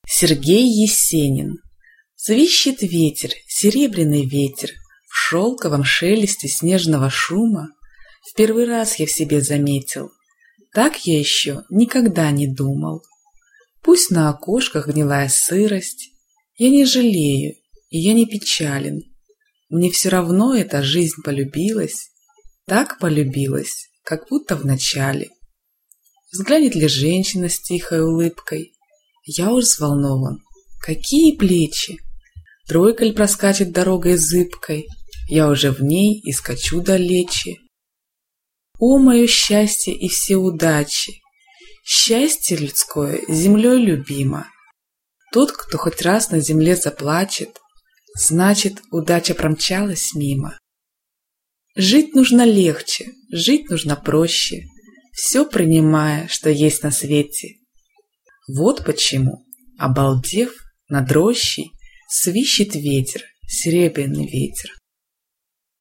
Сергей Есенин. Свищет ветер, серебряный ветер, в шелковом шелесте снежного шума. В первый раз я в себе заметил, так я еще никогда не думал. Пусть на окошках гнилая сырость, я не жалею, и я не печален. Мне все равно эта жизнь полюбилась, так полюбилась, как будто в начале. Взглянет ли женщина с тихой улыбкой, я уж взволнован. Какие плечи! Тройка ль проскачет дорогой зыбкой, я уже в ней и скачу далече. О, мое счастье и все удачи! Счастье людское землей любимо. Тот, кто хоть раз на земле заплачет, значит, удача промчалась мимо. Жить нужно легче, жить нужно проще, все принимая, что есть на свете. Вот почему, обалдев, над рощей свищет ветер, серебряный ветер.